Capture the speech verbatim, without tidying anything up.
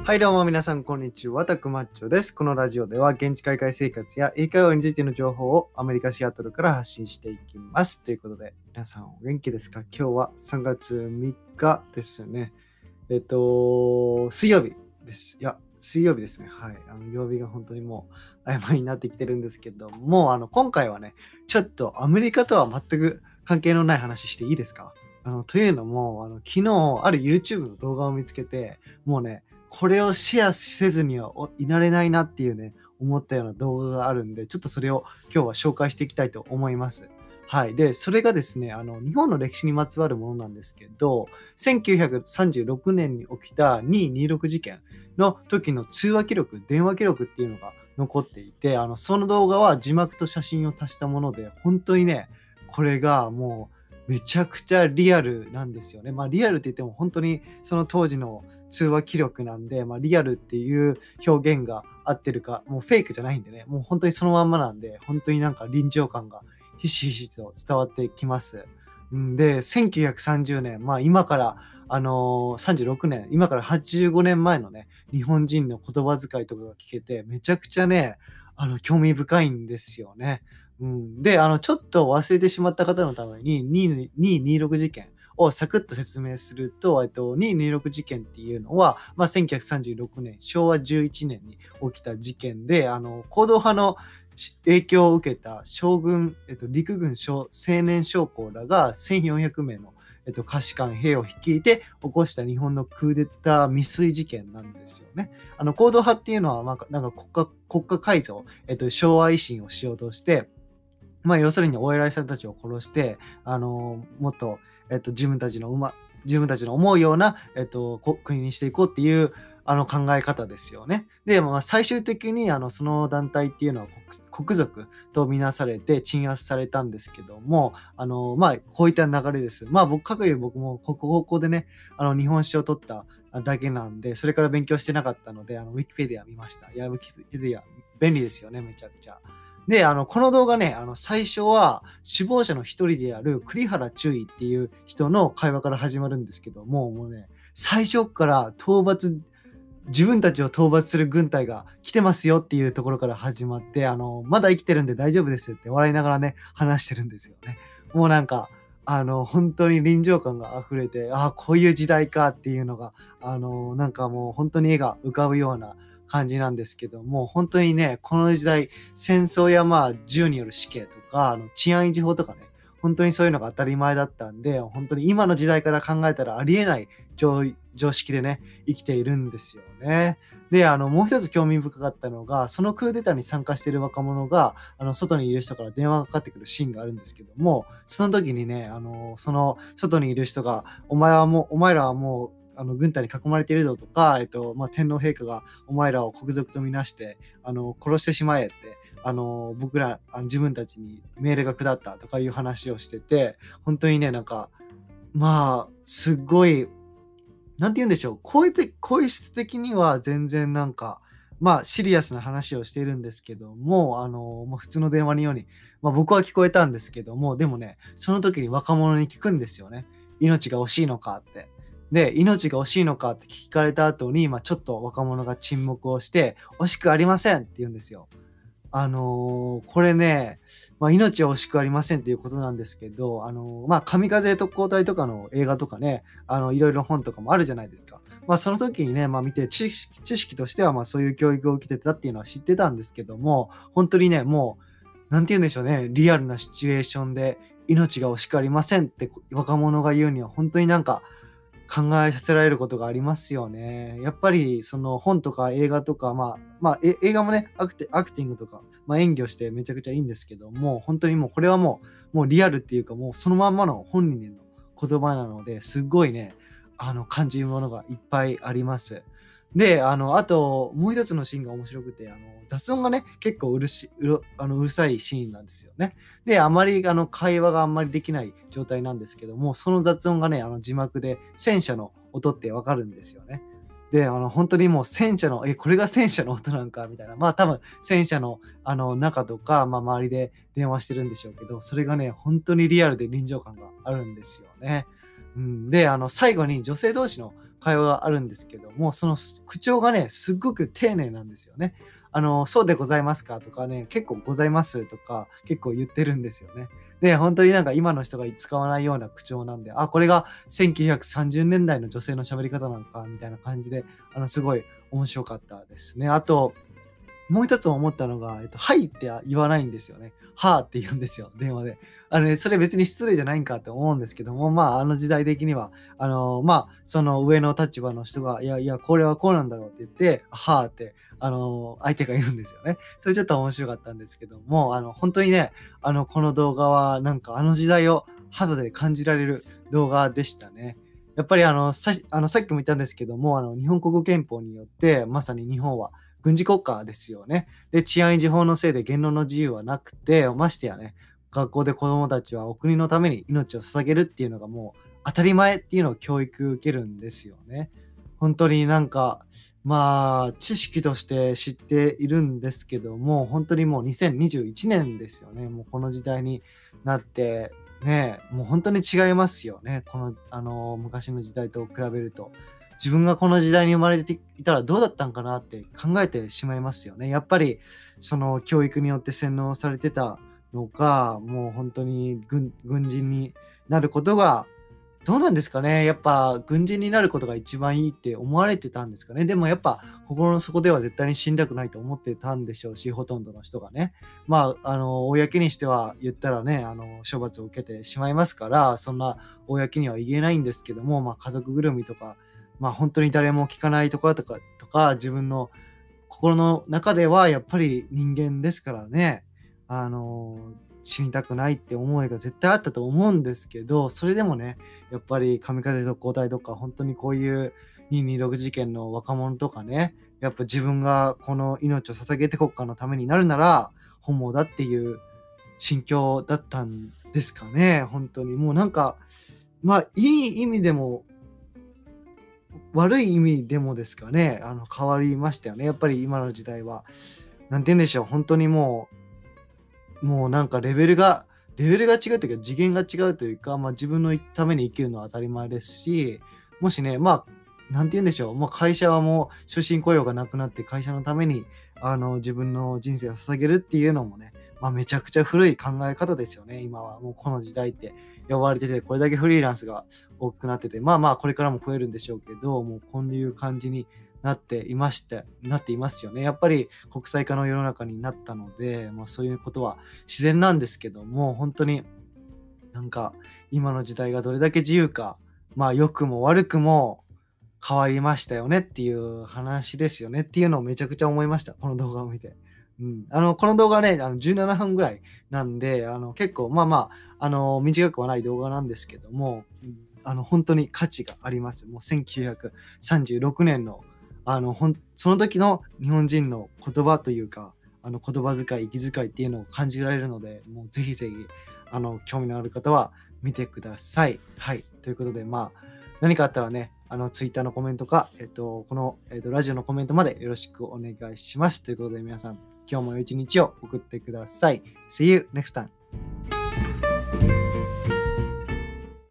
はいどうも皆さんこんにちは、タクマッチョです。このラジオでは現地海外生活や英会話についての情報をアメリカシアトルから発信していきます。ということで皆さんお元気ですか？今日はさんがつみっかですね。えっと、水曜日です。いや、水曜日ですね。はい。あの曜日が本当にもう曖昧になってきてるんですけども、あの今回はね、ちょっとアメリカとは全く関係のない話していいですか？あのというのも、あの昨日ある YouTube の動画を見つけて、もうね、これをシェアせずにはおいられないなっていうね、思ったような動画があるんで、ちょっとそれを今日は紹介していきたいと思います。はい。で、それがですね、あの、日本の歴史にまつわるものなんですけど、せんきゅうひゃくさんじゅうろくねんに起きたにいにろく事件の時の通話記録、電話記録っていうのが残っていて、あの、その動画は字幕と写真を足したもので、本当にね、これがもうめちゃくちゃリアルなんですよね。まあリアルって言っても本当にその当時の通話記録なんで、まあリアルっていう表現が合ってるか、もうフェイクじゃないんでね、もう本当にそのまんまなんで、本当になんか臨場感がひしひしと伝わってきます。うん、で、せんきゅうひゃくさんじゅうねん、まあ今から、あのーさんじゅうろくねん、今からはちじゅうごねんまえのね、日本人の言葉遣いとかが聞けて、めちゃくちゃね、あの、興味深いんですよね。うん、で、あの、ちょっと忘れてしまった方のために、にいにいろく事件をサクッと説明すると、えっと、にいにろく事件っていうのは、まあ、せんきゅうひゃくさんじゅうろくねん、しょうわじゅういちねんに起きた事件で、あの、行動派のし影響を受けた将軍、えっと、陸軍少青年将校らがせんよんひゃくめいの、えっと、下士官兵を率いて起こした日本のクーデター未遂事件なんですよね。あの行動派っていうのは、まあ、なんか国家国家改造、えっと、昭和維新をしようとして、まあ、要するにお偉いさんたちを殺して、あのもっと、えっと、自分たちのうま自分たちの思うような、えっと、こ国にしていこうっていうあの考え方ですよね。で、まあ、最終的にあのその団体っていうのは国国賊とみなされて鎮圧されたんですけども、あのまあ、こういった流れです。まあ、僕、かくいう僕もこ高校でね、あの日本史を取っただけなんで、それから勉強してなかったので、あのウィキペディア見ました。いや、ウィキペディア便利ですよね、めちゃくちゃ。で、あの、この動画ね、あの、最初は、首謀者の一人である栗原注意っていう人の会話から始まるんですけども、もうね、最初から討伐、自分たちを討伐する軍隊が来てますよっていうところから始まって、あの、まだ生きてるんで大丈夫ですって笑いながらね、話してるんですよね。もうなんか、あの、本当に臨場感が溢れて、ああ、こういう時代かっていうのが、あの、なんかもう本当に絵が浮かぶような感じなんですけども、本当にね、この時代、戦争やまあ銃による死刑とか、あの治安維持法とかね、本当にそういうのが当たり前だったんで、本当に今の時代から考えたらありえない常常識でね、生きているんですよね。で、あの、もう一つ興味深かったのが、そのクーデターに参加している若者が、あの、外にいる人から電話がかかってくるシーンがあるんですけども、その時にね、あの、その外にいる人が、お前はもう、お前らはもう、あの軍隊に囲まれているぞとか、えっとまあ、天皇陛下がお前らを国賊とみなしてあの殺してしまえってあの僕らあの自分たちに命令が下ったとかいう話をしてて、本当にね、なんかまあすっごい、なんて言うんでしょう、声的声質的には全然なんかまあシリアスな話をしているんですけども、あのもう普通の電話のように、まあ、僕は聞こえたんですけども、でもね、その時に若者に聞くんですよね。命が惜しいのかって。で、命が惜しいのかって聞かれた後に、まあ、ちょっと若者が沈黙をして、惜しくありませんって言うんですよ。あの、これね、まあ、命は惜しくありませんっていうことなんですけど、あの、まあ、神風特攻隊とかの映画とかね、あの、いろいろ本とかもあるじゃないですか。まあ、その時にね、まあ、見て、知識知識としては、まあ、そういう教育を受けてたっていうのは知ってたんですけども、本当にね、もう、なんて言うんでしょうね、リアルなシチュエーションで、命が惜しくありませんって若者が言うには、本当になんか、考えさせられることがありますよね。やっぱりその本とか映画とか、まあ、まあ、え映画もね、アクテアクティングとか、まあ、演技をしてめちゃくちゃいいんですけども、本当にもうこれはもう、もうリアルっていうか、もうそのまんまの本人の言葉なので、すっごいね、あの、感じるものがいっぱいあります。で、あの、あと、もう一つのシーンが面白くて、あの、雑音がね、結構うるしうるあのうるさいシーンなんですよね。で、あまりあの会話があんまりできない状態なんですけども、その雑音がね、あの字幕で戦車の音ってわかるんですよね。で、あの本当にもう戦車の、え、これが戦車の音なんかみたいな。まあ多分戦車のあの中とか、まあ周りで電話してるんでしょうけど、それがね、本当にリアルで臨場感があるんですよね。うん、で、あの最後に女性同士の会話があるんですけども、その口調がね、すっごく丁寧なんですよね。あの、そうでございますかとかね、結構ございますとか結構言ってるんですよね。で、本当になんか今の人が使わないような口調なんで、あ、これがせんきゅうひゃくさんじゅうねんだいの女性の喋り方なのかみたいな感じで、あの、すごい面白かったですね。あと、もう一つ思ったのが、えっと、はいって言わないんですよね。はあって言うんですよ、電話で。あのね、それ別に失礼じゃないんかって思うんですけども、まあ、あの時代的には、あの、まあ、その上の立場の人が、いやいや、これはこうなんだろうって言って、はあって、あの、相手が言うんですよね。それちょっと面白かったんですけども、あの、本当にね、あの、この動画は、なんかあの時代を肌で感じられる動画でしたね。やっぱりあの、さあのさっきも言ったんですけども、あの、日本国憲法によって、まさに日本は軍事国家ですよね。で、治安維持法のせいで言論の自由はなくて、ましてやね、学校で子供たちはお国のために命を捧げるっていうのがもう当たり前っていうのを教育受けるんですよね。本当になんか、まあ、知識として知っているんですけども、本当にもうにせんにじゅういちねんですよね。もうこの時代になって、ね、もう本当に違いますよね。この、あの、昔の時代と比べると。自分がこの時代に生まれていたらどうだったんかなって考えてしまいますよね。やっぱりその教育によって洗脳されてたのか、もう本当に軍軍人になることがどうなんですかね。やっぱ軍人になることが一番いいって思われてたんですかね。でもやっぱ心の底では絶対に死んだくないと思ってたんでしょうし、ほとんどの人がね。まあ、あの、公にしては言ったらね、あの、処罰を受けてしまいますから、そんな公には言えないんですけども、まあ家族ぐるみとか、まあ本当に誰も聞かないところとか、とか自分の心の中ではやっぱり人間ですからね、あの、死にたくないって思いが絶対あったと思うんですけど、それでもね、やっぱり神風特攻隊とか、本当にこういうにーにーろく事件の若者とかね、やっぱ自分がこの命を捧げて国家のためになるなら、本望だっていう心境だったんですかね、本当に。もうなんか、まあ、いい意味でも悪い意味でもですかね、あの、変わりましたよね。やっぱり今の時代は。なんて言うんでしょう、本当にもう、もうなんかレベルがレベルが違うというか、次元が違うというか、ま、自分のために生きるのは当たり前ですし、もしね、まあ、なんて言うんでしょう、ま、会社はもう終身雇用がなくなって会社のために、あの、自分の人生を捧げるっていうのもね、ま、めちゃくちゃ古い考え方ですよね、今は。もうこの時代って呼ばれてて、これだけフリーランスが多くなってて、まあまあ、これからも増えるんでしょうけど、もうこういう感じになっていましたなっていますよね。やっぱり国際化の世の中になったので、まあ、そういうことは自然なんですけども、本当になんか今の時代がどれだけ自由か、まあ良くも悪くも変わりましたよねっていう話ですよねっていうのをめちゃくちゃ思いました。この動画を見て。うん。あの、この動画ね、あのじゅうななふんぐらいなんで、あの結構まあまあ、あの短くはない動画なんですけども、うん、あの本当に価値があります。もうせんきゅうひゃくさんじゅうろくねんのあのほんその時の日本人の言葉というか、あの言葉遣い、息遣いっていうのを感じられるので、もうぜひぜひあの興味のある方は見てください。はい。ということで、まあ、何かあったらね、あの、ツイッターのコメントか、えっと、この、えっと、ラジオのコメントまでよろしくお願いします。ということで、皆さん、今日も良い一日を送ってください。See you next time.